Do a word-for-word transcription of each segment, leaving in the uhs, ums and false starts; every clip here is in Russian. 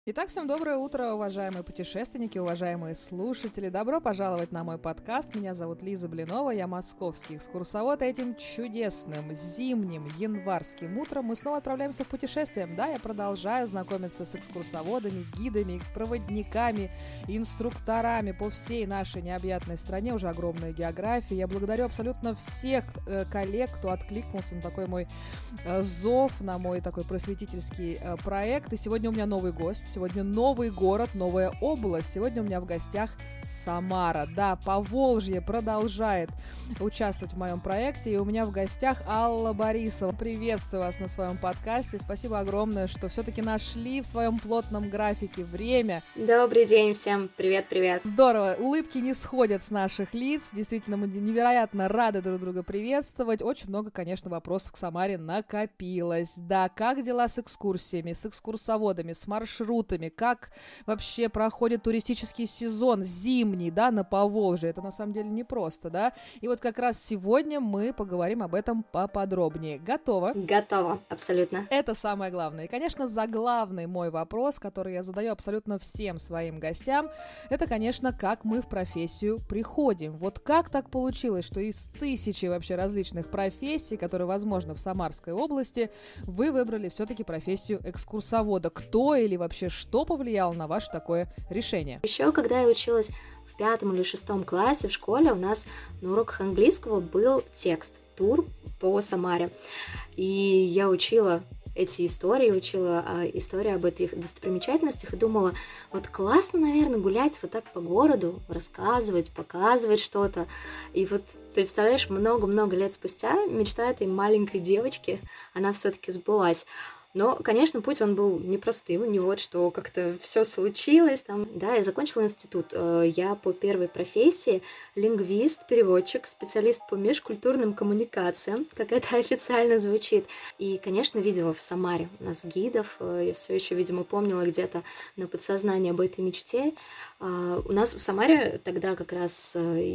Итак, всем доброе утро, уважаемые путешественники, уважаемые слушатели. Добро пожаловать на мой подкаст. Меня зовут Лиза Блинова, я московский экскурсовод. И этим чудесным зимним январским утром мы снова отправляемся в путешествие. Да, я продолжаю знакомиться с экскурсоводами, гидами, проводниками, инструкторами по всей нашей необъятной стране. Уже огромная география. Я благодарю абсолютно всех э, коллег, кто откликнулся на такой мой э, зов, на мой такой просветительский э, проект. И сегодня у меня новый гость. Сегодня новый город, новая область. Сегодня у меня в гостях Самара. Да, Поволжье продолжает участвовать в моем проекте. И у меня в гостях Алла Борисова. Приветствую вас на своем подкасте. Спасибо огромное, что все-таки нашли в своем плотном графике время. Добрый день всем. Привет-привет. Здорово. Улыбки не сходят с наших лиц. Действительно, мы невероятно рады друг друга приветствовать. Очень много, конечно, вопросов к Самаре накопилось. Да, как дела с экскурсиями, с экскурсоводами, с маршрутами? Как вообще проходит туристический сезон зимний, да, на Поволжье. Это на самом деле непросто, да. И вот как раз сегодня мы поговорим об этом поподробнее. Готово? Готово, абсолютно. Это самое главное. И, конечно, заглавный мой вопрос, который я задаю абсолютно всем своим гостям, это, конечно, как мы в профессию приходим. Вот как так получилось, что из тысячи вообще различных профессий, которые возможны в Самарской области, вы выбрали все-таки профессию экскурсовода? Кто или вообще что повлияло на ваше такое решение? Еще когда я училась в пятом или шестом классе в школе, у нас на уроках английского был текст, тур по Самаре. И я учила эти истории, учила а, истории об этих достопримечательностях и думала, вот классно, наверное, гулять вот так по городу, рассказывать, показывать что-то. И вот, представляешь, много-много лет спустя мечта этой маленькой девочки, она все-таки сбылась. Но, конечно, путь он был непростым, не вот что как-то все случилось там. Да, я закончила институт. Я по первой профессии лингвист, переводчик, специалист по межкультурным коммуникациям, как это официально звучит. И, конечно, видела в Самаре у нас гидов. Я все еще, видимо, помнила где-то на подсознании об этой мечте. У нас в Самаре тогда как раз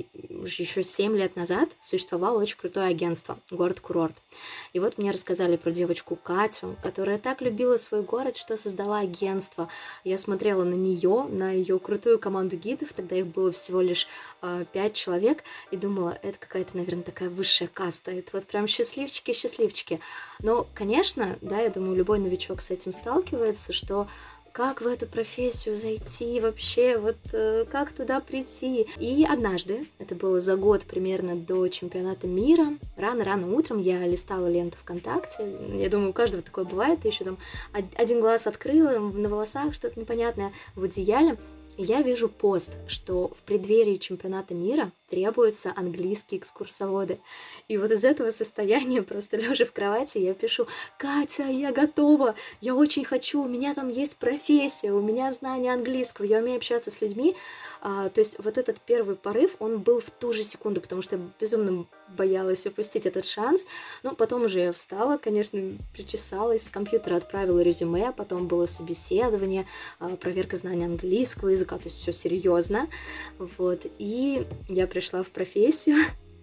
еще семь лет назад существовало очень крутое агентство «Город-курорт». И вот мне рассказали про девочку Катю, которая так любила свой город, что создала агентство. Я смотрела на нее, на ее крутую команду гидов, тогда их было всего лишь пять человек, и думала, это какая-то, наверное, такая высшая каста, это вот прям счастливчики-счастливчики. Но, конечно, да, я думаю, любой новичок с этим сталкивается, что как в эту профессию зайти вообще, вот э, как туда прийти. И однажды, это было за год примерно до чемпионата мира, рано-рано утром я листала ленту ВКонтакте, я думаю, у каждого такое бывает, ты еще там один глаз открыла, на волосах что-то непонятное, в одеяле, и я вижу пост, что в преддверии чемпионата мира требуются английские экскурсоводы. И вот из этого состояния, просто лежа в кровати, я пишу: «Катя, я готова, я очень хочу, у меня там есть профессия, у меня знание английского, я умею общаться с людьми». А, то есть вот этот первый порыв, он был в ту же секунду, потому что я безумно боялась упустить этот шанс. Но потом уже я встала, конечно, причесалась, с компьютера отправила резюме, потом было собеседование, проверка знания английского языка, то есть все серьезно. Вот. И я пришла в профессию,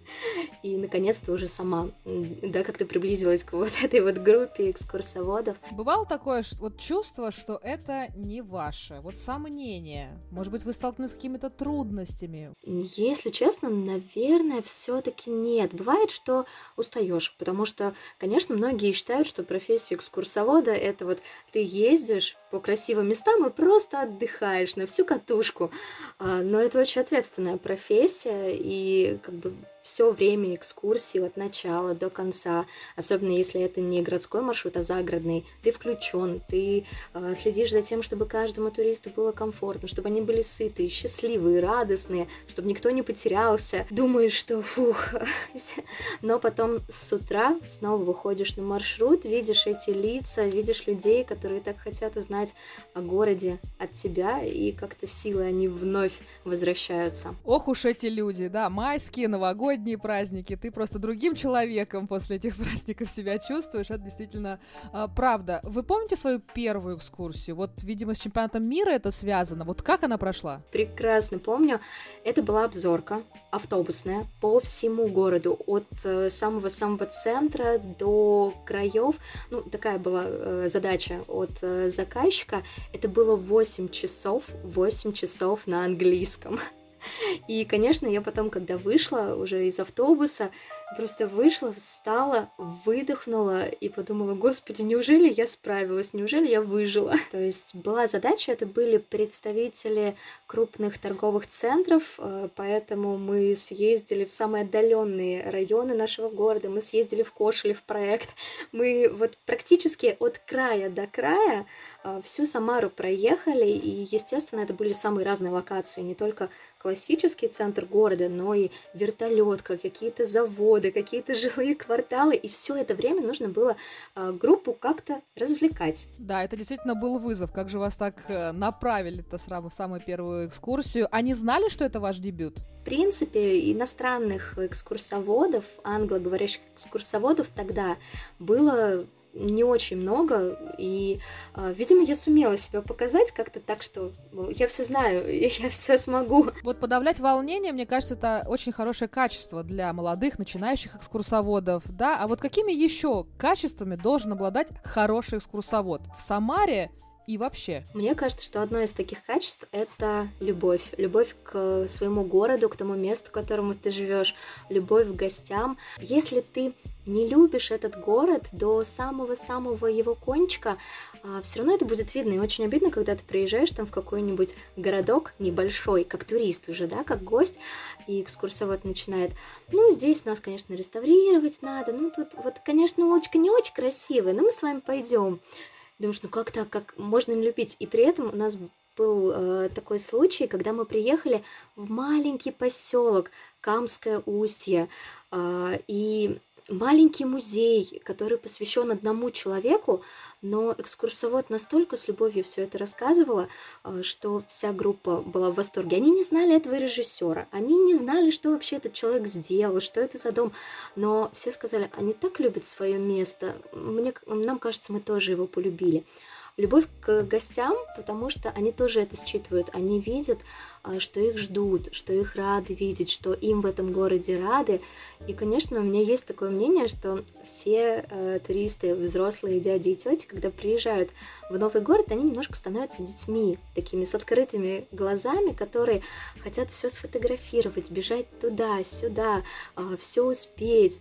и, наконец-то, уже сама, да, как-то приблизилась к вот этой вот группе экскурсоводов. Бывало такое что, вот чувство, что это не ваше, вот сомнение? Может быть, вы столкнулись с какими-то трудностями? Если честно, наверное, все-таки нет. Бывает, что устаешь, потому что, конечно, многие считают, что профессия экскурсовода — это вот ты ездишь по красивым местам и просто отдыхаешь на всю катушку. Но это очень ответственная профессия, и как бы все время экскурсии от начала до конца, особенно если это не городской маршрут, а загородный, ты включен, ты э, следишь за тем, чтобы каждому туристу было комфортно, чтобы они были сытые, счастливые, радостные, чтобы никто не потерялся. Думаешь, что фух, но потом с утра снова выходишь на маршрут, видишь эти лица, видишь людей, которые так хотят узнать о городе от тебя, и как-то силы они вновь возвращаются. Ох уж эти люди, да, майские, новогодние, новогодние праздники, ты просто другим человеком после этих праздников себя чувствуешь, это действительно а, правда. Вы помните свою первую экскурсию? Вот, видимо, с чемпионатом мира это связано. Вот как она прошла? Прекрасно помню. Это была обзорка автобусная по всему городу, от самого-самого центра до краев. Ну, такая была э, задача от э, заказчика. Это было восемь часов, восемь часов на английском. И, конечно, я потом, когда вышла уже из автобуса, просто вышла, встала, выдохнула и подумала: господи, неужели я справилась, неужели я выжила? То есть была задача, это были представители крупных торговых центров, поэтому мы съездили в самые отдаленные районы нашего города, мы съездили в Кошелев проект, мы вот практически от края до края всю Самару проехали, и, естественно, это были самые разные локации, не только классический центр города, но и вертолетка, какие-то заводы, какие-то жилые кварталы, и все это время нужно было э, группу как-то развлекать. Да, это действительно был вызов. Как же вас так э, направили-то сразу в самую первую экскурсию? Они знали, что это ваш дебют? В принципе, иностранных экскурсоводов, англоговорящих экскурсоводов тогда было не очень много, и, видимо, я сумела себя показать как-то так, что я все знаю, я все смогу. Вот подавлять волнение, мне кажется, это очень хорошее качество для молодых, начинающих экскурсоводов, да? А вот какими еще качествами должен обладать хороший экскурсовод в Самаре и вообще? Мне кажется, что одно из таких качеств — это любовь. Любовь к своему городу, к тому месту, в котором ты живешь, любовь к гостям. Если ты не любишь этот город до самого-самого его кончика, все равно это будет видно. И очень обидно, когда ты приезжаешь там в какой-нибудь городок небольшой, как турист уже, да, как гость, и экскурсовод начинает: ну, здесь у нас, конечно, реставрировать надо, ну, тут вот, конечно, улочка не очень красивая, но мы с вами пойдем. Думаешь, ну как так, как можно не любить? И при этом у нас был э, такой случай, когда мы приехали в маленький поселок Камское Устье, э, и маленький музей, который посвящен одному человеку, но экскурсовод настолько с любовью все это рассказывала, что вся группа была в восторге. Они не знали этого режиссера, они не знали, что вообще этот человек сделал, что это за дом, но все сказали: они так любят свое место, мне, нам кажется, мы тоже его полюбили. Любовь к гостям, потому что они тоже это считывают, они видят, что их ждут, что их рады видеть, что им в этом городе рады. И, конечно, у меня есть такое мнение, что все э, туристы, взрослые дяди и тети, когда приезжают в новый город, они немножко становятся детьми, такими с открытыми глазами, которые хотят все сфотографировать, бежать туда-сюда, э, все успеть.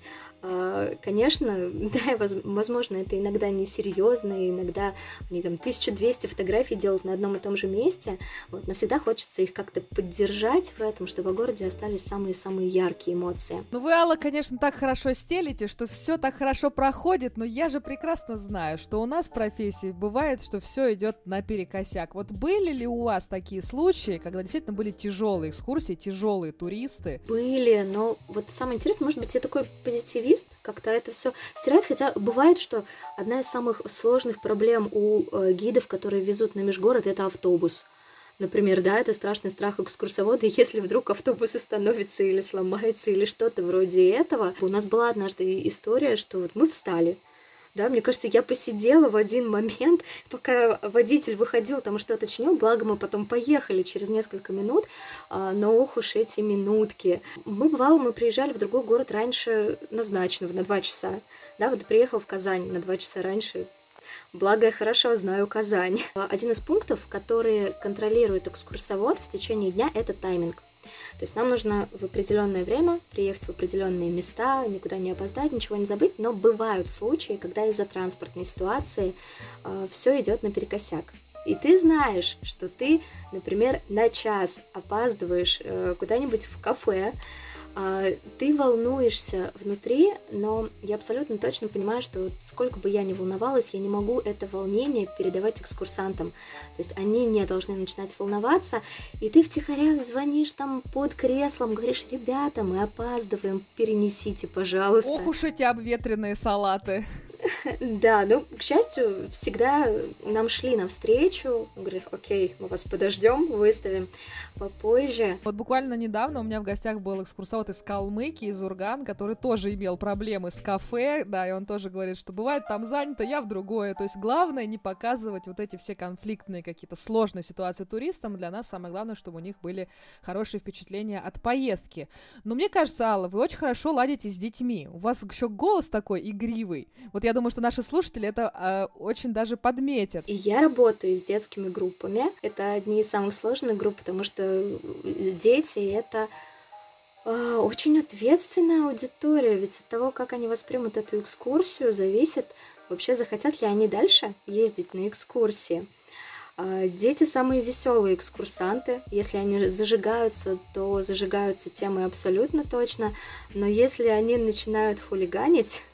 Конечно, да, возможно, это иногда несерьезно, иногда они там тысячу двести фотографий делают на одном и том же месте, вот, но всегда хочется их как-то поддержать в этом, чтобы в городе остались самые-самые яркие эмоции. Ну вы, Алла, конечно, так хорошо стелите, что все так хорошо проходит, но я же прекрасно знаю, что у нас в профессии бывает, что все идет наперекосяк. Вот были ли у вас такие случаи, когда действительно были тяжелые экскурсии, тяжелые туристы? Были, но вот самое интересное, может быть, я такой позитивист, как-то это все стирается, хотя бывает, что одна из самых сложных проблем у э, гидов, которые везут на межгород, это автобус. Например, да, это страшный страх экскурсовода, если вдруг автобус остановится или сломается, или что-то вроде этого. У нас была однажды история, что вот мы встали. Да, мне кажется, я посидела в один момент, пока водитель выходил, там что-то чинил, благо мы потом поехали через несколько минут, но ох уж эти минутки. Мы, бывало, мы приезжали в другой город раньше назначенного, на два часа. Да, вот приехал в Казань на два часа раньше. Благо, я хорошо знаю Казань. Один из пунктов, которые контролирует экскурсовод в течение дня, это тайминг. То есть нам нужно в определенное время приехать в определенные места, никуда не опоздать, ничего не забыть, но бывают случаи, когда из-за транспортной ситуации э, все идет наперекосяк. И ты знаешь, что ты, например, на час опаздываешь э, куда-нибудь в кафе, э, ты волнуешься внутри, но я абсолютно точно понимаю, что сколько бы я ни волновалась, я не могу это волнение передавать экскурсантам. То есть они не должны начинать волноваться, и ты втихаря звонишь там под креслом, говоришь: ребята, мы опаздываем, перенесите, пожалуйста. Ох уж эти обветренные салаты. Да, ну, к счастью, всегда нам шли навстречу, говорят, окей, мы вас подождем, выставим попозже. Вот буквально недавно у меня в гостях был экскурсовод из Калмыкии, из Урган, который тоже имел проблемы с кафе, да, и он тоже говорит, что бывает там занято, я в другое. То есть главное не показывать вот эти все конфликтные какие-то сложные ситуации туристам. Для нас самое главное, чтобы у них были хорошие впечатления от поездки. Но мне кажется, Алла, вы очень хорошо ладите с детьми. У вас еще голос такой игривый. Вот я думаю, что наши слушатели это э, очень даже подметят. И я работаю с детскими группами. Это одни из самых сложных групп, потому что дети — это э, очень ответственная аудитория. Ведь от того, как они воспримут эту экскурсию, зависит, вообще захотят ли они дальше ездить на экскурсии. Э, дети самые веселые экскурсанты. Если они зажигаются, то зажигаются темой абсолютно точно. Но если они начинают хулиганить,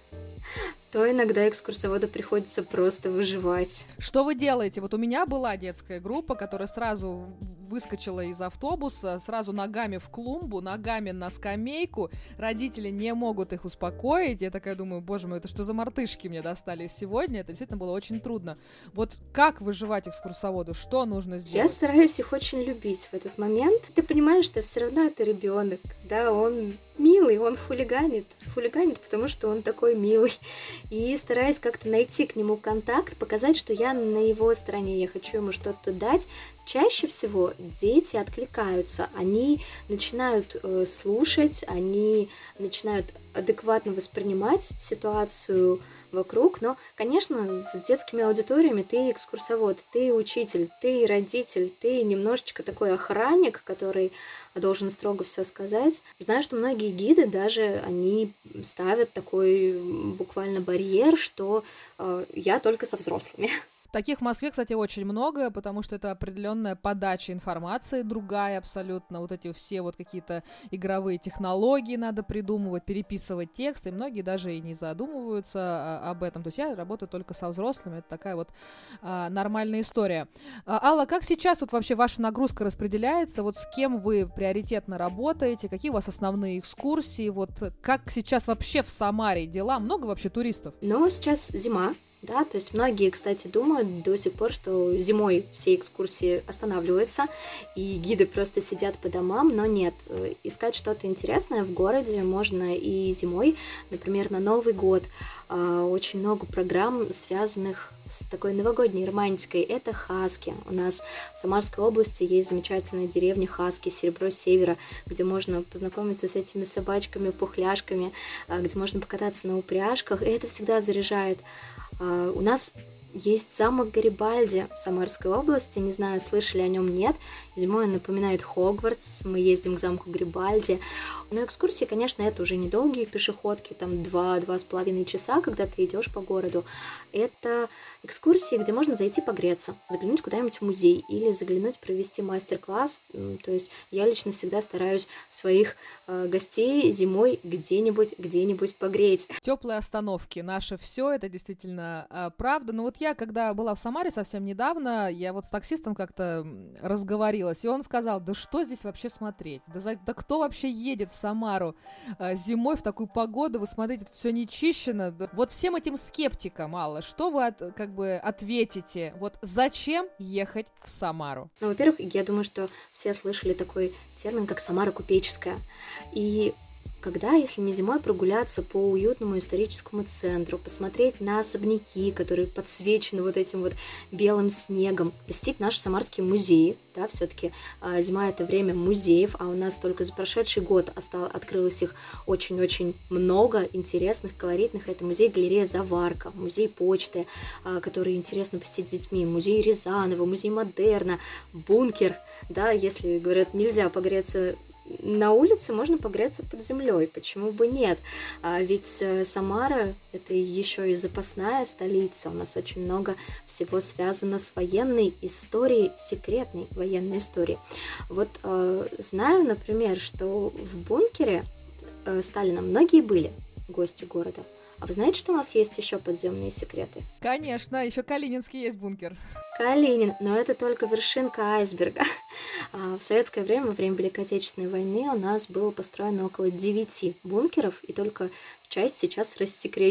то иногда экскурсоводу приходится просто выживать. Что вы делаете? Вот у меня была детская группа, которая сразу выскочила из автобуса, сразу ногами в клумбу, ногами на скамейку. Родители не могут их успокоить. Я такая думаю, боже мой, это что за мартышки мне достались сегодня? Это действительно было очень трудно. Вот как выживать экскурсоводу? Что нужно сделать? Я стараюсь их очень любить в этот момент. Ты понимаешь, что все равно это ребенок, да, он милый, он хулиганит, хулиганит, потому что он такой милый. И стараюсь как-то найти к нему контакт, показать, что я на его стороне, я хочу ему что-то дать. Чаще всего дети откликаются, они начинают э, слушать, они начинают адекватно воспринимать ситуацию вокруг, но, конечно, с детскими аудиториями ты экскурсовод, ты учитель, ты родитель, ты немножечко такой охранник, который должен строго все сказать. Знаю, что многие гиды даже, они ставят такой буквально барьер, что э, я только со взрослыми. Таких в Москве, кстати, очень много, потому что это определенная подача информации, другая абсолютно. Вот эти все вот какие-то игровые технологии надо придумывать, переписывать текст, и многие даже и не задумываются а, об этом. То есть я работаю только со взрослыми, это такая вот а, нормальная история. А, Алла, как сейчас вот вообще ваша нагрузка распределяется? Вот с кем вы приоритетно работаете? Какие у вас основные экскурсии? Вот как сейчас вообще в Самаре дела? Много вообще туристов? Но сейчас зима. Да, то есть многие, кстати, думают до сих пор, что зимой все экскурсии останавливаются, и гиды просто сидят по домам, но нет. Искать что-то интересное в городе можно и зимой. Например, на Новый год очень много программ, связанных с такой новогодней романтикой. Это Хаски. У нас в Самарской области есть замечательная деревня Хаски, Серебро Севера, где можно познакомиться с этими собачками, пухляшками, где можно покататься на упряжках, и это всегда заряжает. У нас есть замок Гарибальди в Самарской области, не знаю, слышали о нем, нет. Зимой он напоминает Хогвартс, мы ездим к замку Гарибальди. Но экскурсии, конечно, это уже недолгие пешеходки, там два-два с половиной часа, когда ты идешь по городу. Это экскурсии, где можно зайти погреться, заглянуть куда-нибудь в музей или заглянуть, провести мастер-класс. То есть я лично всегда стараюсь своих э, гостей зимой где-нибудь, где-нибудь погреть. Теплые остановки, наше все, это действительно э, правда. Но вот я, когда была в Самаре совсем недавно, я вот с таксистом как-то разговорилась, и он сказал, да что здесь вообще смотреть? Да, за, да кто вообще едет в Самару э, зимой в такую погоду? Вы смотрите, тут все нечищено. Да. Вот всем этим скептикам, Алла, что вы от, как бы ответите? Вот зачем ехать в Самару? Ну, во-первых, я думаю, что все слышали такой термин, как Самара купеческая. И когда, если не зимой, прогуляться по уютному историческому центру, посмотреть на особняки, которые подсвечены вот этим вот белым снегом, посетить наши самарские музеи, да, все-таки э, зима — это время музеев, а у нас только за прошедший год осталось, открылось их очень-очень много интересных, колоритных. Это музей-галерея Заварка, музей почты, э, который интересно посетить с детьми, музей Рязанова, музей Модерна, бункер, да, если, говорят, нельзя погреться на улице, можно погреться под землей, почему бы нет? А ведь Самара — это еще и запасная столица, у нас очень много всего связано с военной историей, секретной военной историей. Вот э, знаю, например, что в бункере э, Сталина многие были гости города. А вы знаете, что у нас есть еще подземные секреты? Конечно, еще Калининский есть бункер. Калинин, но это только вершинка айсберга. В советское время, во время Великой Отечественной войны, у нас было построено около девяти бункеров, и только часть сейчас рассекречена.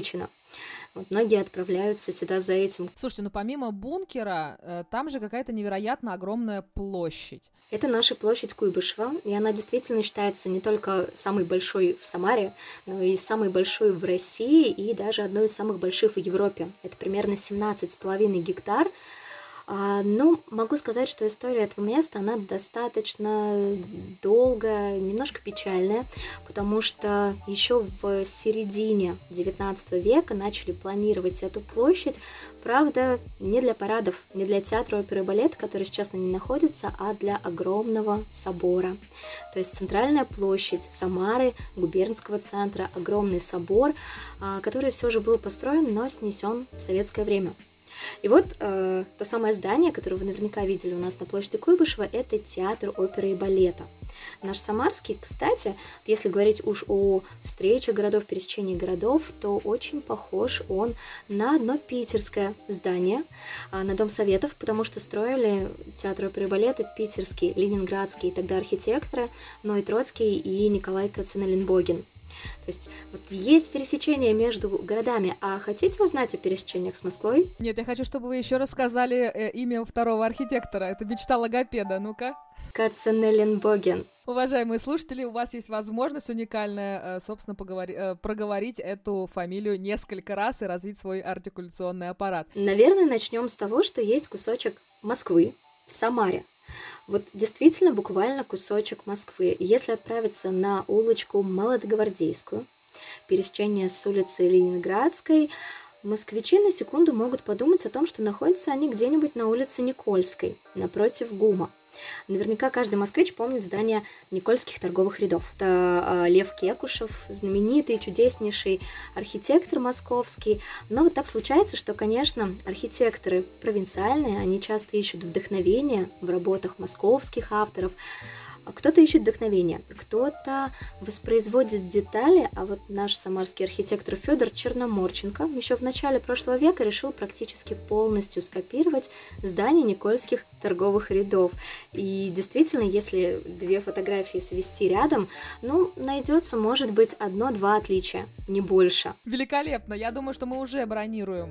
Вот многие отправляются сюда за этим. Слушайте, ну помимо бункера, там же какая-то невероятно огромная площадь. Это наша площадь Куйбышева, и она действительно считается не только самой большой в Самаре, но и самой большой в России, и даже одной из самых больших в Европе. Это примерно семнадцать с половиной гектар. Но могу сказать, что история этого места, она достаточно долгая, немножко печальная, потому что еще в середине девятнадцатого века начали планировать эту площадь, правда, не для парадов, не для театра оперы и балета, который сейчас на ней находится, а для огромного собора. То есть центральная площадь Самары, губернского центра, огромный собор, который все же был построен, но снесен в советское время. И вот э, то самое здание, которое вы наверняка видели у нас на площади Куйбышева, это театр оперы и балета. Наш самарский, кстати, если говорить уж о встрече городов, пересечении городов, то очень похож он на одно питерское здание, на Дом Советов, потому что строили театр оперы и балета питерские, ленинградские тогда архитекторы Ной Троцкий и Николай Кацинелинбоген. То есть вот есть пересечение между городами. А хотите узнать о пересечениях с Москвой? Нет, я хочу, чтобы вы еще рассказали э, имя второго архитектора. Это мечта логопеда, ну-ка. Кацинелинбоген. Уважаемые слушатели, у вас есть возможность уникальная, э, собственно, поговори, э, проговорить эту фамилию несколько раз и развить свой артикуляционный аппарат. Наверное, начнем с того, что есть кусочек Москвы в Самаре. Вот действительно буквально кусочек Москвы. Если отправиться на улочку Молодогвардейскую, пересечение с улицы Ленинградской, москвичи на секунду могут подумать о том, что находятся они где-нибудь на улице Никольской, напротив ГУМа. Наверняка каждый москвич помнит здание Никольских торговых рядов. Это Лев Кекушев, знаменитый, чудеснейший архитектор московский. Но вот так случается, что, конечно, архитекторы провинциальные, они часто ищут вдохновение в работах московских авторов. Кто-то ищет вдохновение, кто-то воспроизводит детали, а вот наш самарский архитектор Федор Черноморченко еще в начале прошлого века решил практически полностью скопировать здание Никольских торговых рядов. И действительно, если две фотографии свести рядом, ну, найдется, может быть, одно-два отличия, не больше. Великолепно! Я думаю, что мы уже бронируем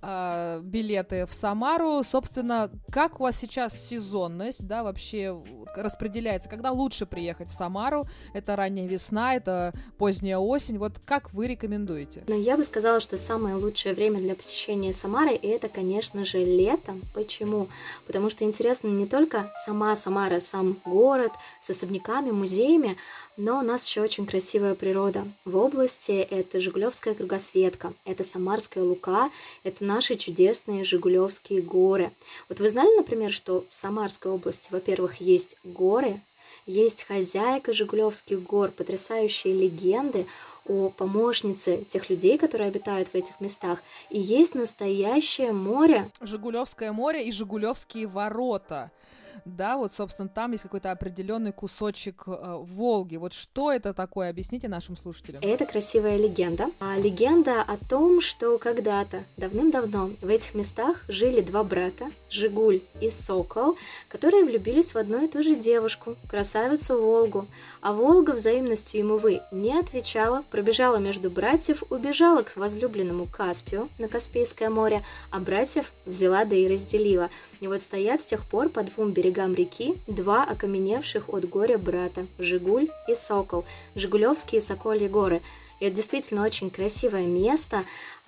э, билеты в Самару. Собственно, как у вас сейчас сезонность, да, вообще распределяется? Когда лучше приехать в Самару? Это ранняя весна, это поздняя осень. Вот как вы рекомендуете? Но я бы сказала, что самое лучшее время для посещения Самары — это, конечно же, летом. Почему? Потому что интересно не только сама Самара, сам город с особняками, музеями, но у нас еще очень красивая природа. В области это Жигулевская кругосветка, это Самарская Лука, это наши чудесные Жигулевские горы. Вот вы знали, например, что в Самарской области, во-первых, есть горы, есть хозяйка Жигулевских гор, потрясающие легенды о помощнице тех людей, которые обитают в этих местах, и есть настоящее море. Жигулевское море и Жигулевские ворота. Да, вот, собственно, там есть какой-то определенный кусочек э, Волги. Вот что это такое? Объясните нашим слушателям. Это красивая легенда. А легенда о том, что когда-то, давным-давно, в этих местах жили два брата, Жигуль и Сокол, которые влюбились в одну и ту же девушку, красавицу Волгу. А Волга взаимностью ему, увы, не отвечала, пробежала между братьев, убежала к возлюбленному Каспию на Каспийское море, а братьев взяла да и разделила. И вот стоят с тех пор по двум берегам реки два окаменевших от горя брата – Жигуль и Сокол, Жигулевские и Сокольи горы. И это действительно очень красивое место,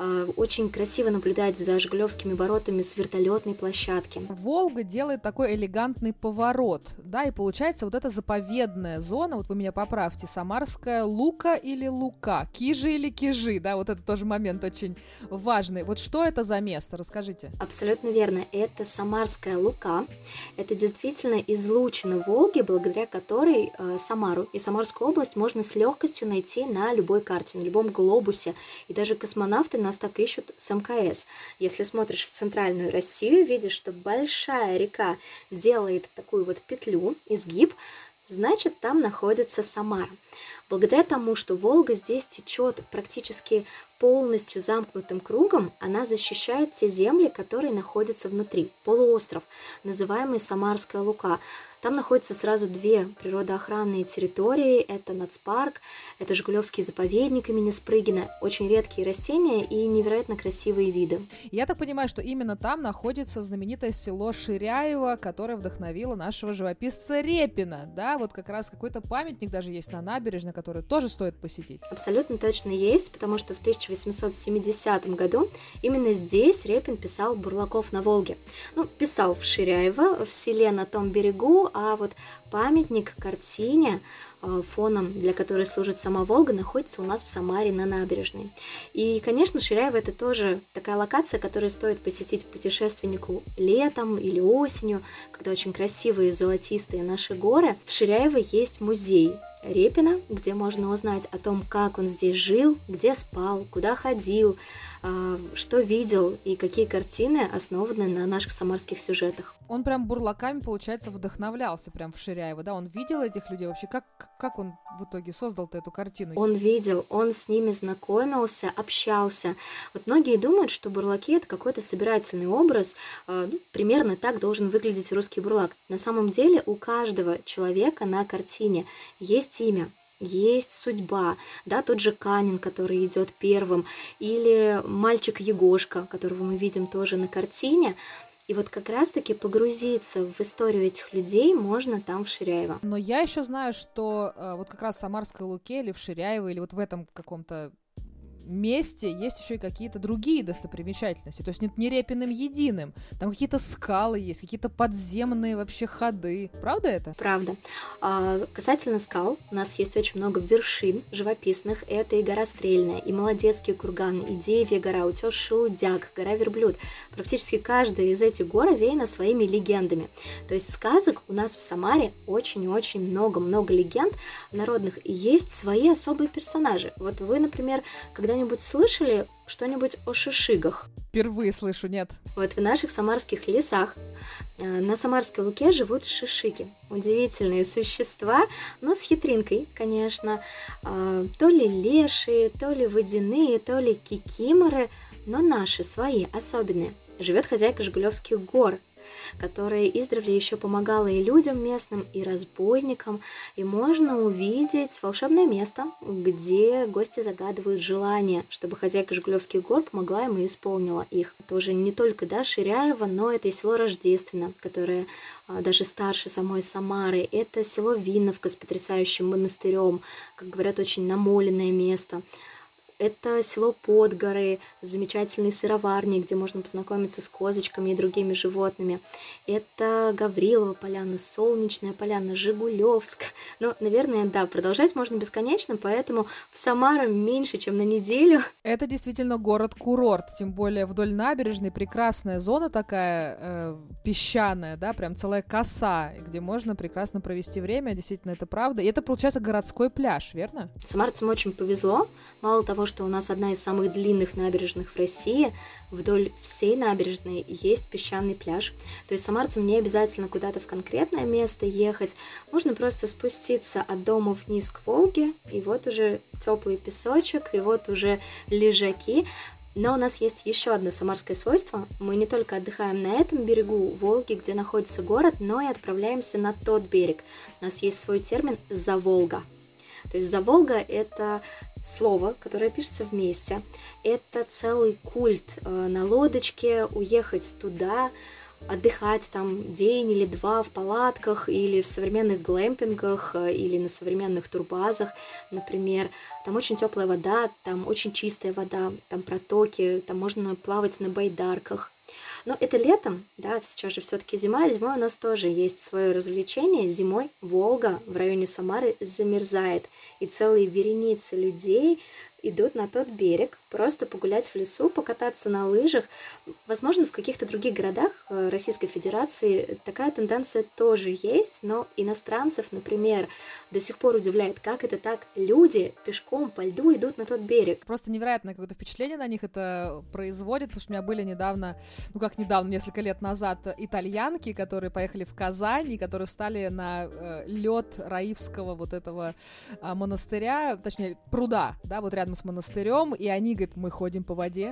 очень красиво наблюдать за Жигулевскими воротами с вертолетной площадки. Волга делает такой элегантный поворот, да, и получается вот эта заповедная зона, вот вы меня поправьте, Самарская Лука или Лука, Кижи или Кижи, да, вот это тоже момент очень важный. Вот что это за место, расскажите. Абсолютно верно, это Самарская Лука, это действительно излучина Волги, благодаря которой э, Самару и Самарскую область можно с легкостью найти на любой карте, на любом глобусе, и даже космонавты нас так ищут с эм ка эс. Если смотришь в центральную Россию, видишь, что большая река делает такую вот петлю, изгиб, значит, там находится Самара. Благодаря тому, что Волга здесь течет практически полностью замкнутым кругом она защищает те земли, которые находятся внутри, полуостров, называемый Самарская Лука. Там находятся сразу две природоохранные территории. Это нацпарк, это Жигулевский заповедник имени Спрыгина. Очень редкие растения и невероятно красивые виды. Я так понимаю, что именно там находится знаменитое село Ширяево, которое вдохновило нашего живописца Репина. Да, вот как раз какой-то памятник даже есть на набережной, который тоже стоит посетить. Абсолютно точно есть, потому что в тысяча восемьсот семидесятом году именно здесь Репин писал «Бурлаков на Волге». Ну, писал в Ширяево, в селе на том берегу, а вот памятник картине, фоном для которой служит сама Волга, находится у нас в Самаре на набережной. И, конечно, Ширяево — это тоже такая локация, которую стоит посетить путешественнику летом или осенью, когда очень красивые золотистые наши горы. В Ширяево есть музей Репина, где можно узнать о том, как он здесь жил, где спал, куда ходил, что видел и какие картины основаны на наших самарских сюжетах. Он прям бурлаками, получается, вдохновлялся прям в Ширяево, да? Он видел этих людей вообще? Как, как он в итоге создал-то эту картину? Он видел, он с ними знакомился, общался. Вот многие думают, что бурлаки — это какой-то собирательный образ, ну, примерно так должен выглядеть русский бурлак. На самом деле у каждого человека на картине есть имя, есть судьба, да, тот же Канин, который идет первым, или мальчик Егошка, которого мы видим тоже на картине. И вот как раз-таки погрузиться в историю этих людей можно там, в Ширяево. Но я еще знаю, что э, вот как раз в Самарской Луке или в Ширяево, или вот в этом каком-то месте есть еще и какие-то другие достопримечательности. То есть нет, не Репиным единым. Там какие-то скалы есть, какие-то подземные вообще ходы. Правда это? Правда. А, касательно скал, у нас есть очень много вершин живописных. Это и гора Стрельная, и Молодецкий курган, и Девья гора, утес Шелудяк, гора Верблюд. Практически каждая из этих гор овеяна своими легендами. То есть сказок у нас в Самаре очень-очень много-много легенд народных. И есть свои особые персонажи. Вот вы, например, когда Когда-нибудь слышали что-нибудь о шишигах? Впервые слышу, нет. Вот в наших самарских лесах на Самарской Луке живут шишиги. Удивительные существа, но с хитринкой, конечно. То ли лешие, то ли водяные, то ли кикиморы, но наши, свои, особенные. Живет хозяйка Жигулевских гор, которая издревле еще помогала и людям местным, и разбойникам, и можно увидеть волшебное место, где гости загадывают желания, чтобы хозяйка Жигулевских гор помогла им и исполнила их. Тоже не только, да, Ширяево, но это и село Рождественно, которое а, даже старше самой Самары, это село Винновка с потрясающим монастырем, как говорят, очень намоленное место. Это село Подгоры, замечательные сыроварни, где можно познакомиться с козочками и другими животными. Это Гаврилова поляна, Солнечная поляна, Жигулевск. Ну, наверное, да, продолжать можно бесконечно, поэтому в Самару меньше, чем на неделю. Это действительно город-курорт, тем более вдоль набережной прекрасная зона такая э, песчаная, да, прям целая коса, где можно прекрасно провести время, действительно, это правда. И это, получается, городской пляж, верно? Самарцам очень повезло. Мало того, что у нас одна из самых длинных набережных в России, вдоль всей набережной есть песчаный пляж. То есть самарцам не обязательно куда-то в конкретное место ехать, можно просто спуститься от дома вниз к Волге, и вот уже теплый песочек, и вот уже лежаки. Но у нас есть еще одно самарское свойство. Мы не только отдыхаем на этом берегу Волги, где находится город, но и отправляемся на тот берег. У нас есть свой термин «Заволга». То есть Заволга — это слово, которое пишется вместе. Это целый культ на лодочке, уехать туда, отдыхать там день или два в палатках или в современных глэмпингах или на современных турбазах, например. Там очень теплая вода, там очень чистая вода, там протоки, там можно плавать на байдарках. Но это летом, да, сейчас же все-таки зима, зимой у нас тоже есть свое развлечение. Зимой Волга в районе Самары замерзает, и целые вереницы людей идут на тот берег, просто погулять в лесу, покататься на лыжах. Возможно, в каких-то других городах Российской Федерации такая тенденция тоже есть, но иностранцев, например, до сих пор удивляет, как это так люди пешком по льду идут на тот берег. Просто невероятное какое-то впечатление на них это производит, потому что у меня были недавно, ну как как недавно, несколько лет назад, итальянки, которые поехали в Казань, и которые встали на э, лед Раивского вот этого э, монастыря, точнее, пруда, да, вот рядом с монастырем, и они говорят, мы ходим по воде.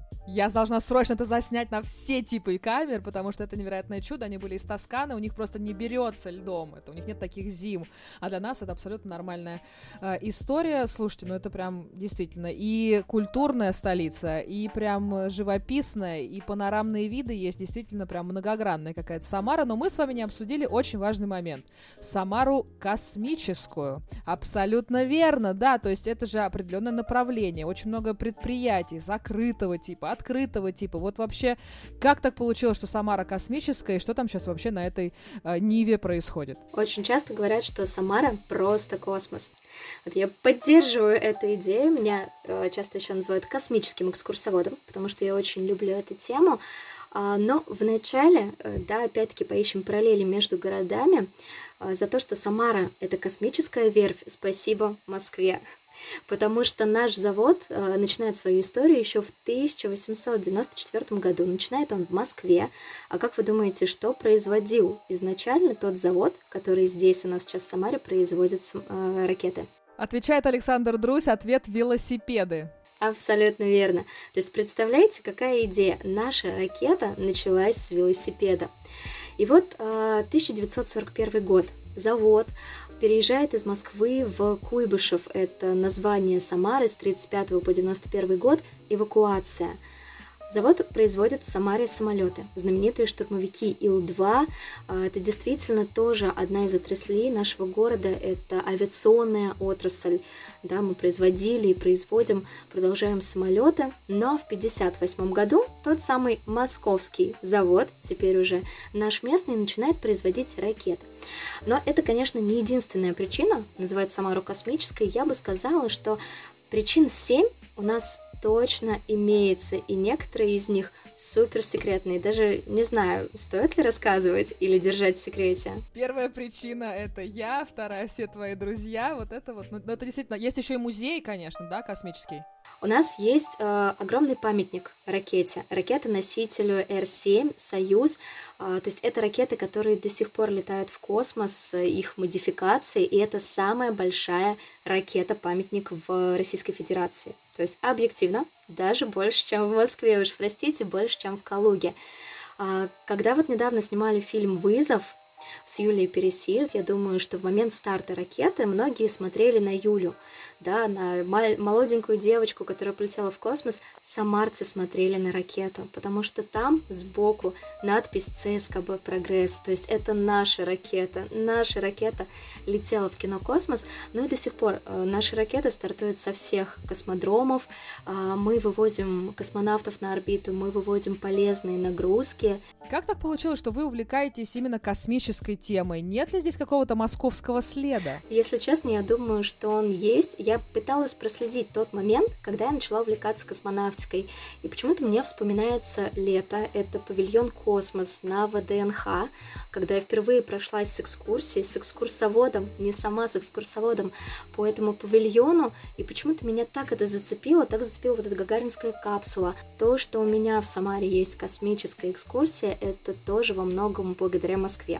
Я должна срочно это заснять на все типы камер, потому что это невероятное чудо. Они были из Тосканы, у них просто не берется льдом. Это, у них нет таких зим. А для нас это абсолютно нормальная э, история. Слушайте, ну это прям действительно и культурная столица, и прям живописная, и панорамные виды есть действительно прям многогранная какая-то Самара. Но мы с вами не обсудили очень важный момент. Самару космическую. Абсолютно верно, да. То есть это же определенное направление. Очень много предприятий закрытого типа, открытого типа. Вот вообще, как так получилось, что Самара космическая, и что там сейчас вообще на этой э, ниве происходит? Очень часто говорят, что Самара просто космос. Вот я поддерживаю эту идею. Меня э, часто еще называют космическим экскурсоводом, потому что я очень люблю эту тему. А, но вначале, э, да, опять-таки поищем параллели между городами. Э, за то, что Самара — это космическая верфь, спасибо Москве. Потому что наш завод э, начинает свою историю еще в тысяча восемьсот девяносто четвёртом году. Начинает он в Москве. А как вы думаете, что производил изначально тот завод, который здесь у нас сейчас в Самаре производит э, ракеты? Отвечает Александр Друзь, ответ — велосипеды. Абсолютно верно. То есть представляете, какая идея? Наша ракета началась с велосипеда. И вот э, тысяча девятьсот сорок первый год. Завод переезжает из Москвы в Куйбышев. Это название Самары с тридцать пятого по девяносто первый год. Эвакуация. Завод производит в Самаре самолеты, знаменитые штурмовики Ил два. Это действительно тоже одна из отраслей нашего города, это авиационная отрасль. Да, мы производили и производим, продолжаем самолеты, но в пятьдесят восьмом году тот самый московский завод, теперь уже наш местный, начинает производить ракеты. Но это, конечно, не единственная причина, называть Самару космической. Я бы сказала, что причин семь у нас точно имеется, и некоторые из них суперсекретные. Даже не знаю, стоит ли рассказывать или держать в секрете. Первая причина — это я, вторая — все твои друзья. Вот это вот, ну, ну это действительно... Есть еще и музей, конечно, да, космический. У нас есть э, огромный памятник ракете, ракета-носителю Р семь «Союз». Э, то есть это ракеты, которые до сих пор летают в космос, их модификации, и это самая большая ракета-памятник в Российской Федерации. То есть объективно даже больше, чем в Москве, уж простите, больше, чем в Калуге. Э, когда вот недавно снимали фильм «Вызов» с Юлией Пересильд, я думаю, что в момент старта ракеты многие смотрели на Юлю, да, на молоденькую девочку, которая полетела в космос. Самарцы смотрели на ракету, потому что там сбоку надпись «Цэ Эс Ка Бэ Прогресс», то есть это наша ракета, наша ракета летела в кинокосмос, ну и до сих пор э, наши ракеты стартуют со всех космодромов, э, мы выводим космонавтов на орбиту, мы выводим полезные нагрузки. Как так получилось, что вы увлекаетесь именно космической темой? Нет ли здесь какого-то московского следа? Если честно, я думаю, что он есть. Я пыталась проследить тот момент, когда я начала увлекаться космонавтикой. И почему-то мне вспоминается лето. Это павильон «Космос» на вэ дэ эн ха, когда я впервые прошлась с экскурсией, с экскурсоводом, не сама, с экскурсоводом по этому павильону. И почему-то меня так это зацепило, так зацепила вот эта гагаринская капсула. То, что у меня в Самаре есть космическая экскурсия, это тоже во многом благодаря Москве.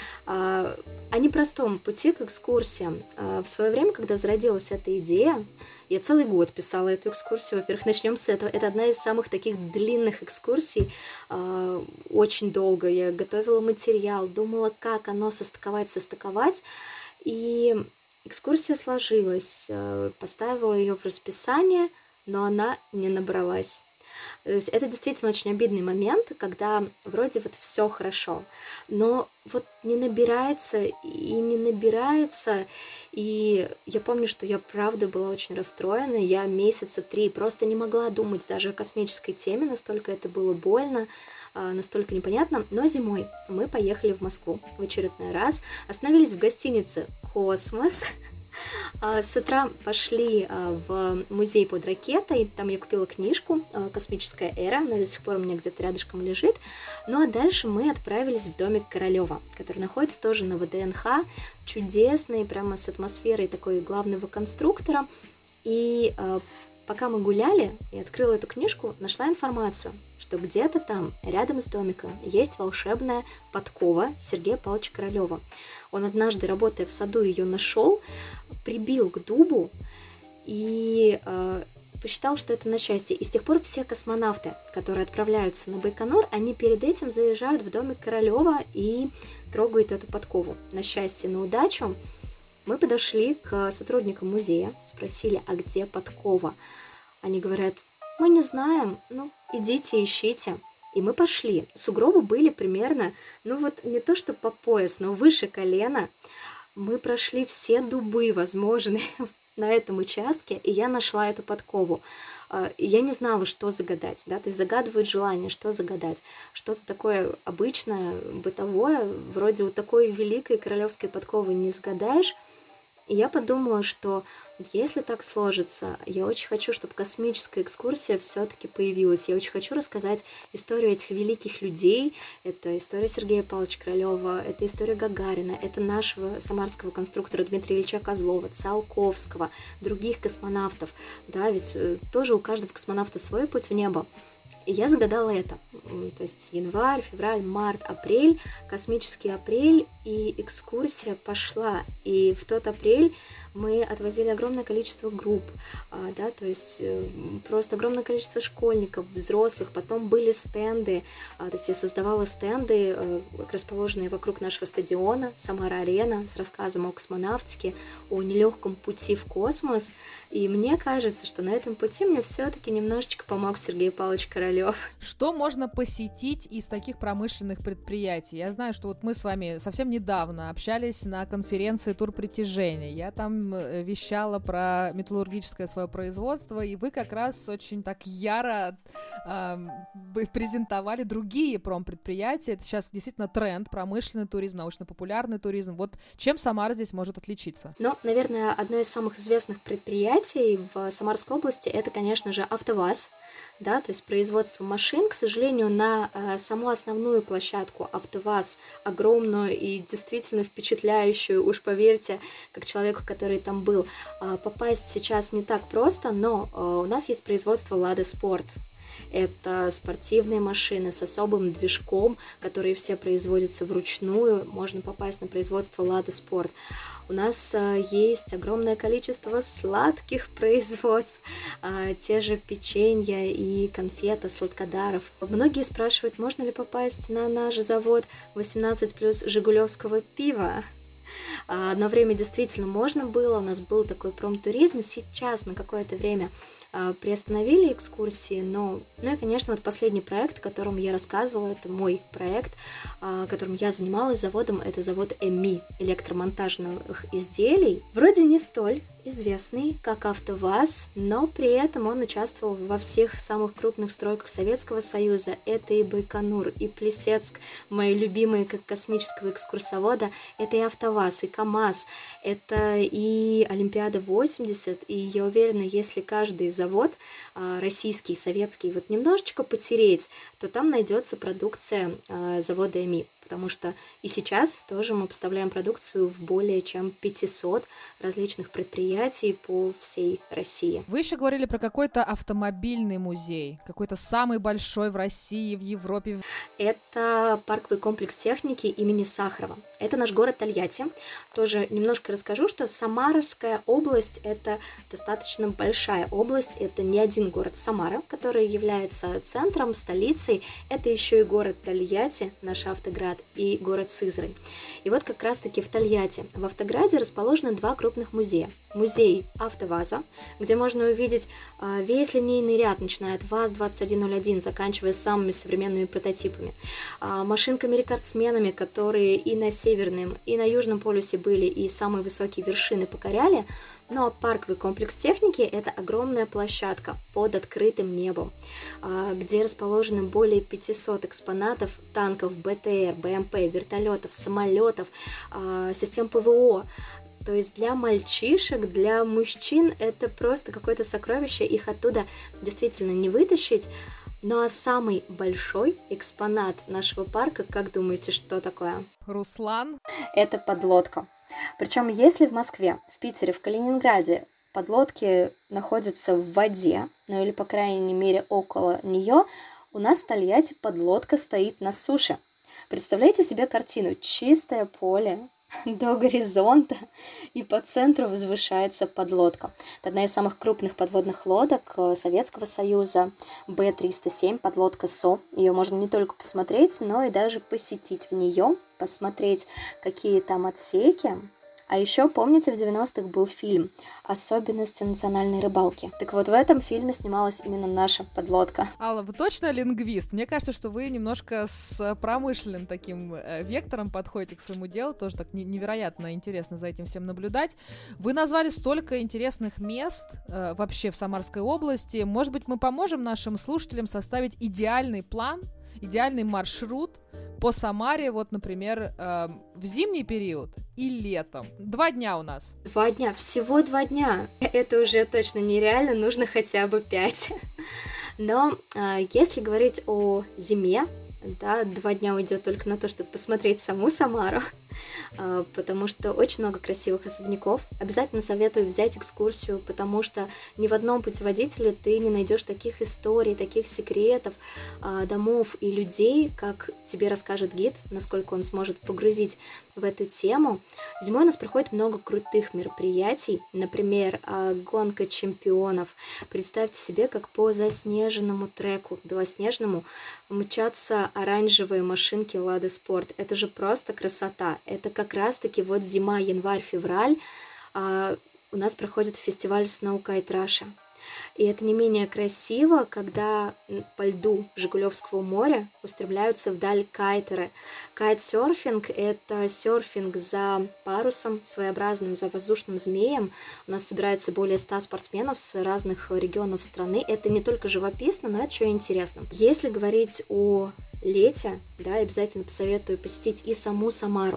О непростом пути к экскурсиям. В свое время, когда зародилась эта идея, я целый год писала эту экскурсию. Во-первых, начнем с этого. Это одна из самых таких длинных экскурсий. Очень долго я готовила материал, думала, как оно состыковать, состыковать. И экскурсия сложилась. Поставила ее в расписание, но она не набралась. То есть это действительно очень обидный момент, когда вроде вот все хорошо, но вот не набирается и не набирается. И я помню, что я правда была очень расстроена. Я месяца три просто не могла думать даже о космической теме, настолько это было больно, настолько непонятно. Но зимой мы поехали в Москву в очередной раз, остановились в гостинице «Космос». С утра пошли в музей под ракетой, там я купила книжку «Космическая эра», она до сих пор у меня где-то рядышком лежит. Ну а дальше мы отправились в домик Королева, который находится тоже на вэ дэ эн ха, чудесный, прямо с атмосферой такой главного конструктора. И пока мы гуляли, я открыла эту книжку, нашла информацию, что где-то там, рядом с домиком, есть волшебная подкова Сергея Павловича Королева. Он однажды, работая в саду, ее нашел, прибил к дубу и э, посчитал, что это на счастье. И с тех пор все космонавты, которые отправляются на Байконур, они перед этим заезжают в домик Королева и трогают эту подкову. На счастье, на удачу. Мы подошли к сотрудникам музея, спросили, а где подкова? Они говорят, мы не знаем, ну, идите, ищите. И мы пошли. Сугробы были примерно, ну вот не то что по пояс, но выше колена. Мы прошли все дубы возможные на этом участке, и я нашла эту подкову. Я не знала, что загадать, да, то есть загадывают желание, что загадать. Что-то такое обычное, бытовое, вроде вот такой великой королевской подковы не загадаешь. И я подумала, что если так сложится, я очень хочу, чтобы космическая экскурсия все-таки появилась. Я очень хочу рассказать историю этих великих людей. Это история Сергея Павловича Королева, это история Гагарина, это нашего самарского конструктора Дмитрия Ильича Козлова, Циолковского, других космонавтов. Да, ведь тоже у каждого космонавта свой путь в небо. И я загадала это. То есть январь, февраль, март, апрель, космический апрель, и экскурсия пошла. И в тот апрель мы отвозили огромное количество групп, да, то есть просто огромное количество школьников, взрослых. Потом были стенды, то есть я создавала стенды, расположенные вокруг нашего стадиона, Самара-арена, с рассказом о космонавтике, о нелегком пути в космос. И мне кажется, что на этом пути мне все-таки немножечко помог Сергей Павлович Королев. Что можно посетить из таких промышленных предприятий? Я знаю, что вот мы с вами совсем недавно общались на конференции «Тур притяжения». Я там вещала про металлургическое свое производство, и вы как раз очень так яро э, презентовали другие промпредприятия. Это сейчас действительно тренд, промышленный туризм, научно-популярный туризм. Вот чем Самара здесь может отличиться? Ну, наверное, одно из самых известных предприятий в Самарской области — это, конечно же, АвтоВАЗ, да, то есть производство машин. К сожалению, на э, саму основную площадку АвтоВАЗ, огромную и действительно впечатляющую, уж поверьте, как человеку, который там был, э, попасть сейчас не так просто, но э, у нас есть производство «Лада Спорт». Это спортивные машины с особым движком, которые все производятся вручную. Можно попасть на производство «Лада Спорт». У нас э, есть огромное количество сладких производств, э, те же печенья и конфеты, сладкодаров. Многие спрашивают, можно ли попасть на наш завод восемнадцать плюс жигулевского пива. Одно время действительно можно было, у нас был такой промтуризм, сейчас на какое-то время приостановили экскурсии, но, ну и, конечно, вот последний проект, о котором я рассказывала, это мой проект, которым я занималась заводом, это завод ЭМИ, электромонтажных изделий. Вроде не столь известный, как АвтоВАЗ, но при этом он участвовал во всех самых крупных стройках Советского Союза. Это и Байконур, и Плесецк, мои любимые как космического экскурсовода, это и АвтоВАЗ, и КамАЗ, это и Олимпиада восемьдесят, и я уверена, если каждый завод российский, советский вот немножечко потереть, то там найдется продукция завода ЭМИ. Потому что и сейчас тоже мы поставляем продукцию в более чем пятьсот различных предприятий по всей России. Вы еще говорили про какой-то автомобильный музей, какой-то самый большой в России, в Европе. Это парковый комплекс техники имени Сахарова. Это наш город Тольятти. Тоже немножко расскажу, что Самарская область — это достаточно большая область. Это не один город Самара, который является центром, столицей. Это еще и город Тольятти, наш Автоград, и город Сызрань. И вот как раз-таки в Тольятти, в Автограде расположены два крупных музея. Музей АвтоВАЗа, где можно увидеть весь линейный ряд, начиная от ВАЗ двадцать один ноль один, заканчивая самыми современными прототипами, машинками-рекордсменами, которые и на северном, и на южном полюсе были, и самые высокие вершины покоряли. Ну а парковый комплекс техники — это огромная площадка под открытым небом, где расположены более пятьсот экспонатов танков, БТР, БМП, вертолетов, самолетов, систем ПВО. То есть для мальчишек, для мужчин это просто какое-то сокровище, их оттуда действительно не вытащить. Ну а самый большой экспонат нашего парка, как думаете, что такое? Руслан? Это подлодка. Причем если в Москве, в Питере, в Калининграде подлодки находятся в воде, ну или, по крайней мере, около нее, У нас в Тольятти подлодка стоит на суше. Представляете себе картину? Чистое поле до горизонта, и по центру возвышается подлодка. Это одна из самых крупных подводных лодок Советского Союза, Бэ триста семь, подлодка СО. Ее можно не только посмотреть, но и даже посетить в нее, посмотреть, какие там отсеки. А еще, помните, в девяностых был фильм «Особенности национальной рыбалки». Так вот, в этом фильме снималась именно наша подлодка. Алла, вы точно лингвист? Мне кажется, что вы немножко с промышленным таким э, вектором подходите к своему делу. Тоже так невероятно интересно за этим всем наблюдать. Вы назвали столько интересных мест э, вообще в Самарской области. Может быть, мы поможем нашим слушателям составить идеальный план, идеальный маршрут по Самаре, вот, например, э, в зимний период и летом. Два дня у нас. Два дня, всего два дня. Это уже точно нереально, нужно хотя бы пять. Но э, если говорить о зиме, да, два дня уйдет только на то, чтобы посмотреть саму Самару, э, потому что очень много красивых особняков. Обязательно советую взять экскурсию, потому что ни в одном путеводителе ты не найдешь таких историй, таких секретов, э, домов и людей, как тебе расскажет гид, насколько он сможет погрузить в эту тему. Зимой у нас проходит много крутых мероприятий, например, э, гонка чемпионов. Представьте себе, как по заснеженному треку белоснежному мчатся оранжевые машинки Лада Спорт. Это же просто красота. Это как раз-таки вот зима, январь, февраль. А, у нас проходит фестиваль Snow Kite Russia. И это не менее красиво, когда по льду Жигулевского моря устремляются вдаль кайтеры. Кайтсерфинг — это серфинг за парусом своеобразным, за воздушным змеем. У нас собирается более ста спортсменов с разных регионов страны. Это не только живописно, но это еще и интересно. Если говорить о лете, да, обязательно посоветую посетить и саму Самару,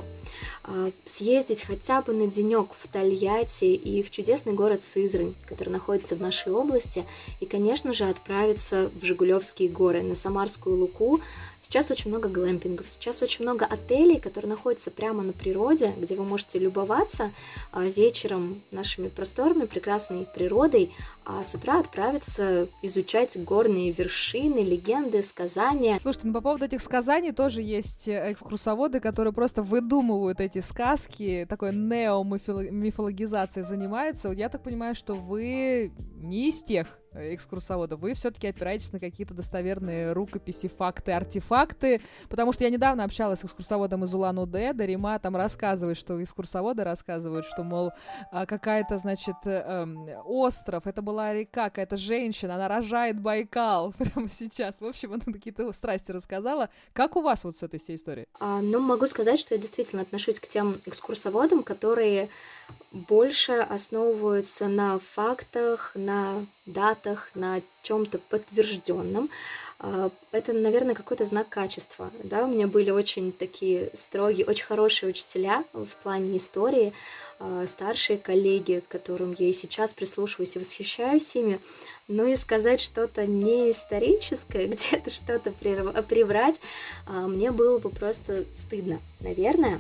съездить хотя бы на денек в Тольятти и в чудесный город Сызрань, который находится в нашей области, и, конечно же, отправиться в Жигулевские горы, на Самарскую Луку. Сейчас очень много глэмпингов, сейчас очень много отелей, которые находятся прямо на природе, где вы можете любоваться вечером нашими просторами, прекрасной природой, а с утра отправиться изучать горные вершины, легенды, сказания. Слушайте, ну по поводу этих сказаний тоже есть экскурсоводы, которые просто выдумывают эти сказки, такой неомифологизацией занимаются. Я так понимаю, что вы не из тех экскурсоводов, вы все-таки опираетесь на какие-то достоверные рукописи, факты, артефакты, потому что я недавно общалась с экскурсоводом из Улан-Удэ, Дарима там рассказывает, что экскурсоводы рассказывают, что, мол, какая-то, значит, эм, остров, это была река, какая-то женщина, она рожает Байкал прямо сейчас. В общем, она какие-то страсти рассказала. Как у вас вот с этой всей историей? А, ну, могу сказать, что я действительно отношусь к тем экскурсоводам, которые больше основываются на фактах, на датах, на чем-то подтвержденном. Это, наверное, какой-то знак качества. Да? У меня были очень такие строгие, очень хорошие учителя в плане истории, старшие коллеги, к которым я и сейчас прислушиваюсь и восхищаюсь ими. Ну и сказать что-то не историческое, где-то что-то приврать, мне было бы просто стыдно, наверное.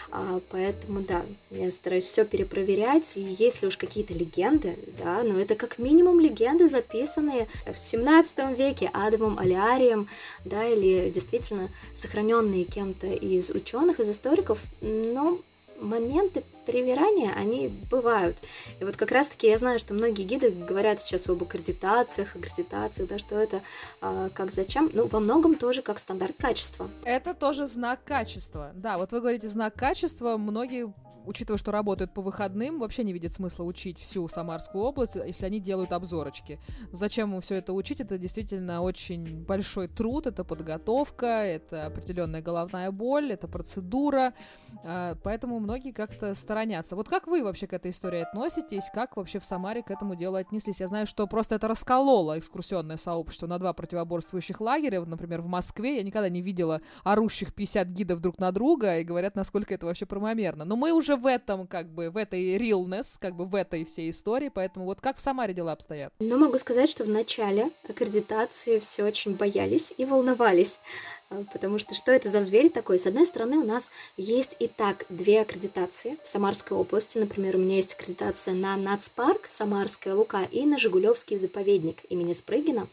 Поэтому, да, я стараюсь все перепроверять, и если уж какие-то легенды, да, но это как минимум легенды, записанные в семнадцатом веке Адамом Алиарием, да, или действительно сохраненные кем-то из ученых, из историков, но моменты привирания, они бывают. И вот как раз-таки я знаю, что многие гиды говорят сейчас об аккредитациях, аккредитациях, да, что это, а, как, зачем. Ну, во многом тоже как стандарт качества. Это тоже знак качества. Да, вот вы говорите знак качества, многие, учитывая, что работают по выходным, вообще не видят смысла учить всю Самарскую область, если они делают обзорочки. Зачем им все это учить? Это действительно очень большой труд, это подготовка, это определенная головная боль, это процедура, поэтому многие как-то сторонятся. Вот как вы вообще к этой истории относитесь? Как вообще в Самаре к этому делу отнеслись? Я знаю, что просто это раскололо экскурсионное сообщество на два противоборствующих лагеря. Вот, например, в Москве я никогда не видела орущих пятьдесят гидов друг на друга и говорят, насколько это вообще правомерно. Но мы уже в этом, как бы, в этой realness, как бы в этой всей истории, поэтому вот как в Самаре дела обстоят? Но могу сказать, что в начале аккредитации все очень боялись и волновались, потому что что это за зверь такой? С одной стороны, у нас есть и так две аккредитации в Самарской области. Например, у меня есть аккредитация на нацпарк Самарская Лука и на Жигулевский заповедник имени Спрыгина. Это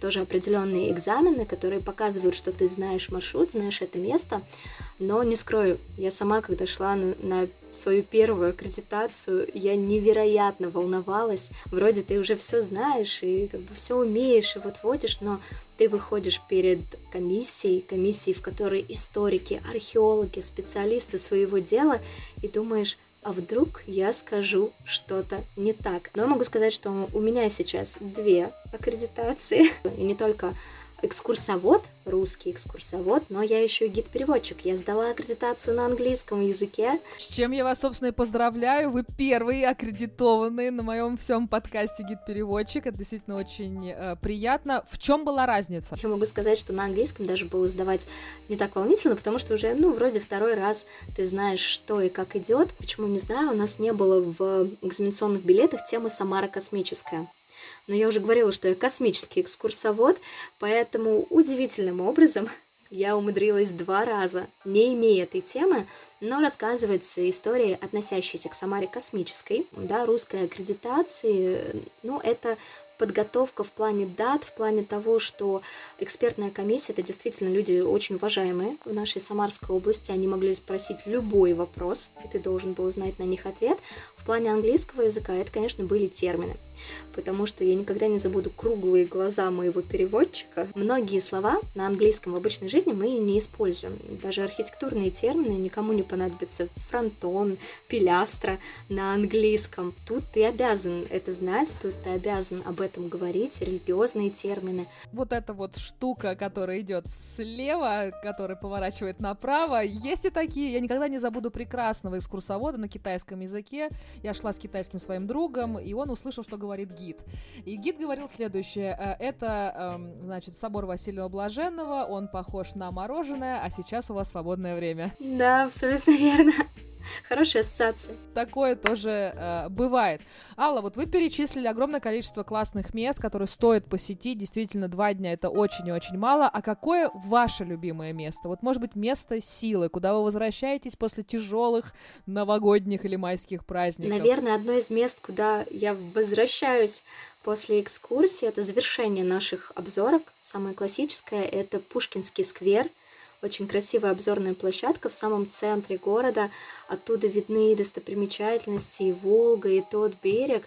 тоже определенные экзамены, которые показывают, что ты знаешь маршрут, знаешь это место. Но не скрою, я сама, когда шла на, на свою первую аккредитацию, я невероятно волновалась. Вроде ты уже все знаешь и как бы все умеешь, и вот водишь, но ты выходишь перед комиссией, комиссией, в которой историки, археологи, специалисты своего дела, и думаешь, а вдруг я скажу что-то не так. Но я могу сказать, что у меня сейчас две аккредитации, и не только экскурсовод, русский экскурсовод, но я еще и гид-переводчик. Я сдала аккредитацию на английском языке. С чем я вас, собственно, и поздравляю. Вы первый аккредитованный на моем всем подкасте гид-переводчик. Это действительно очень э, приятно. В чем была разница? Я могу сказать, что на английском даже было сдавать не так волнительно, потому что уже, ну, вроде второй раз ты знаешь, что и как идет. Почему, не знаю, у нас не было в экзаменационных билетах темы «Самара космическая». Но я уже говорила, что я космический экскурсовод, поэтому удивительным образом я умудрилась два раза, не имея этой темы, но рассказывать истории, относящиеся к Самаре космической, да, русской аккредитации, ну, это подготовка в плане дат, в плане того, что экспертная комиссия — это действительно люди очень уважаемые в нашей Самарской области, они могли спросить любой вопрос, и ты должен был знать на них ответ. В плане английского языка это, конечно, были термины, потому что я никогда не забуду круглые глаза моего переводчика. Многие слова на английском в обычной жизни мы не используем. Даже архитектурные термины никому не понадобятся. Фронтон, пилястра на английском. Тут ты обязан это знать, тут ты обязан об этом говорить, религиозные термины. Вот эта вот штука, которая идет слева, которая поворачивает направо, есть и такие. Я никогда не забуду прекрасного экскурсовода на китайском языке. Я шла с китайским своим другом, и он услышал, что говорит гид. И гид говорил следующее. Это, значит, собор Василия Блаженного, он похож на мороженое, а сейчас у вас свободное время. Да, абсолютно верно. Хорошая ассоциация. Такое тоже э, бывает. Алла, вот вы перечислили огромное количество классных мест, которые стоит посетить. Действительно, два дня — это очень и очень мало. А какое ваше любимое место? Вот, может быть, место силы, куда вы возвращаетесь после тяжелых новогодних или майских праздников? Наверное, одно из мест, куда я возвращаюсь после экскурсии, это завершение наших обзорок. Самое классическое — это Пушкинский сквер. Очень красивая обзорная площадка в самом центре города. Оттуда видны достопримечательности, и Волга, и тот берег.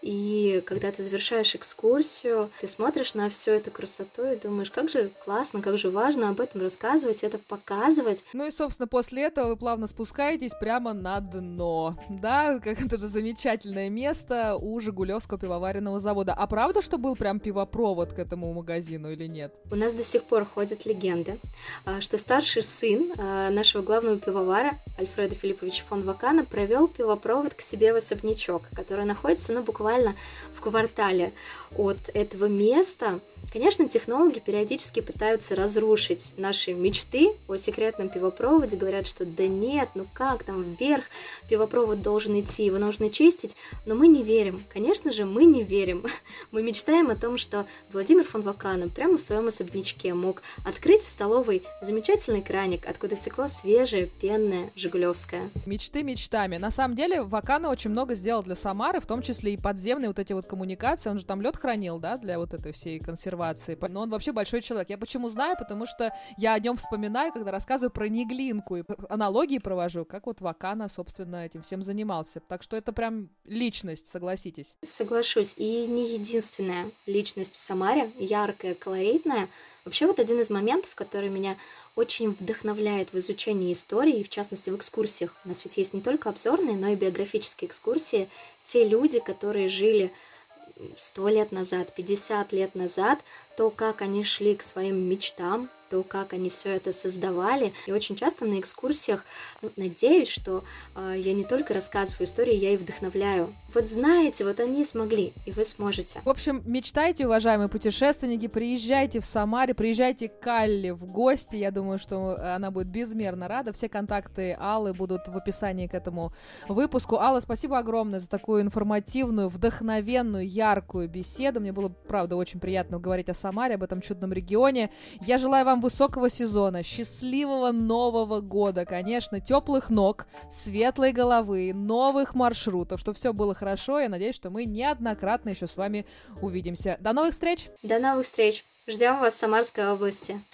И когда ты завершаешь экскурсию, ты смотришь на всю эту красоту и думаешь, как же классно, как же важно об этом рассказывать, это показывать. Ну и, собственно, после этого вы плавно спускаетесь прямо на дно, да, как это замечательное место у Жигулевского пивоваренного завода. А правда, что был прям пивопровод к этому магазину или нет? У нас до сих пор ходят легенды, что старший сын нашего главного пивовара Альфреда Филипповича фон Вакана провел пивопровод к себе в особнячок, который находится, ну, буквально в квартале от этого места. Конечно, технологи периодически пытаются разрушить наши мечты о секретном пивопроводе, говорят, что да нет, ну как там вверх пивопровод должен идти, его нужно чистить, но мы не верим, конечно же, мы не верим. Мы мечтаем о том, что Владимир фон Вакана прямо в своем особнячке мог открыть в столовой замечательный краник, откуда текло свежее, пенное Жигулевское. Мечты мечтами. На самом деле, Вакана очень много сделал для Самары, в том числе и подземные вот эти вот коммуникации, он же там лед хранил, да, для вот этой всей консервации. Но он вообще большой человек. Я почему знаю? Потому что я о нем вспоминаю, когда рассказываю про Неглинку и аналогии провожу, как вот Вакана, собственно, этим всем занимался. Так что это прям личность, согласитесь. Соглашусь. И не единственная личность в Самаре, яркая, колоритная. Вообще вот один из моментов, который меня очень вдохновляет в изучении истории, и в частности в экскурсиях. У нас ведь есть не только обзорные, но и биографические экскурсии. Те люди, которые жили сто лет назад, пятьдесят лет назад, то, как они шли к своим мечтам, то, как они все это создавали. И очень часто на экскурсиях, ну, надеюсь, что э, я не только рассказываю истории, я и вдохновляю. Вот знаете, вот они смогли, и вы сможете. В общем, мечтайте, уважаемые путешественники, приезжайте в Самаре, приезжайте к Алле в гости. Я думаю, что она будет безмерно рада. Все контакты Аллы будут в описании к этому выпуску. Алла, спасибо огромное за такую информативную, вдохновенную, яркую беседу. Мне было, правда, очень приятно говорить о Самаре, об этом чудном регионе. Я желаю вам высокого сезона, счастливого Нового года, конечно, теплых ног, светлой головы, новых маршрутов, чтобы все было хорошо. Я надеюсь, что мы неоднократно еще с вами увидимся. До новых встреч! До новых встреч! Ждем вас в Самарской области.